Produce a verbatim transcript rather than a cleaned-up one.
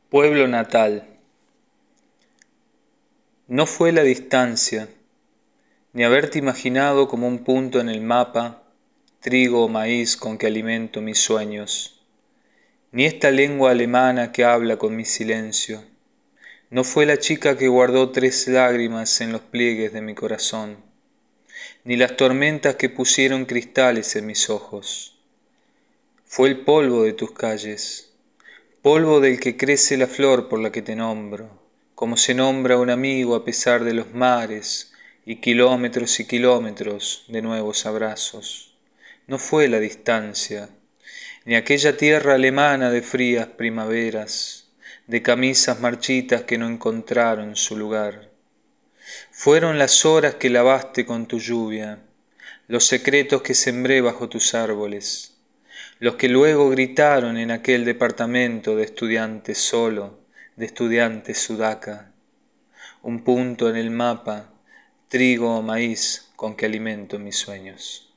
Pueblo natal. No fue la distancia, ni haberte imaginado como un punto en el mapa, trigo o maíz con que alimento mis sueños, ni esta lengua alemana que habla con mi silencio. No fue la chica que guardó tres lágrimas en los pliegues de mi corazón, ni las tormentas que pusieron cristales en mis ojos. Fue el polvo de tus calles, polvo del que crece la flor por la que te nombro, como se nombra un amigo a pesar de los mares y kilómetros y kilómetros de nuevos abrazos. No fue la distancia, ni aquella tierra alemana de frías primaveras, de camisas marchitas que no encontraron su lugar. Fueron las horas que lavaste con tu lluvia, los secretos que sembré bajo tus árboles, los que luego gritaron en aquel departamento de estudiante solo, de estudiante sudaca. Un punto en el mapa, trigo o maíz con que alimento mis sueños.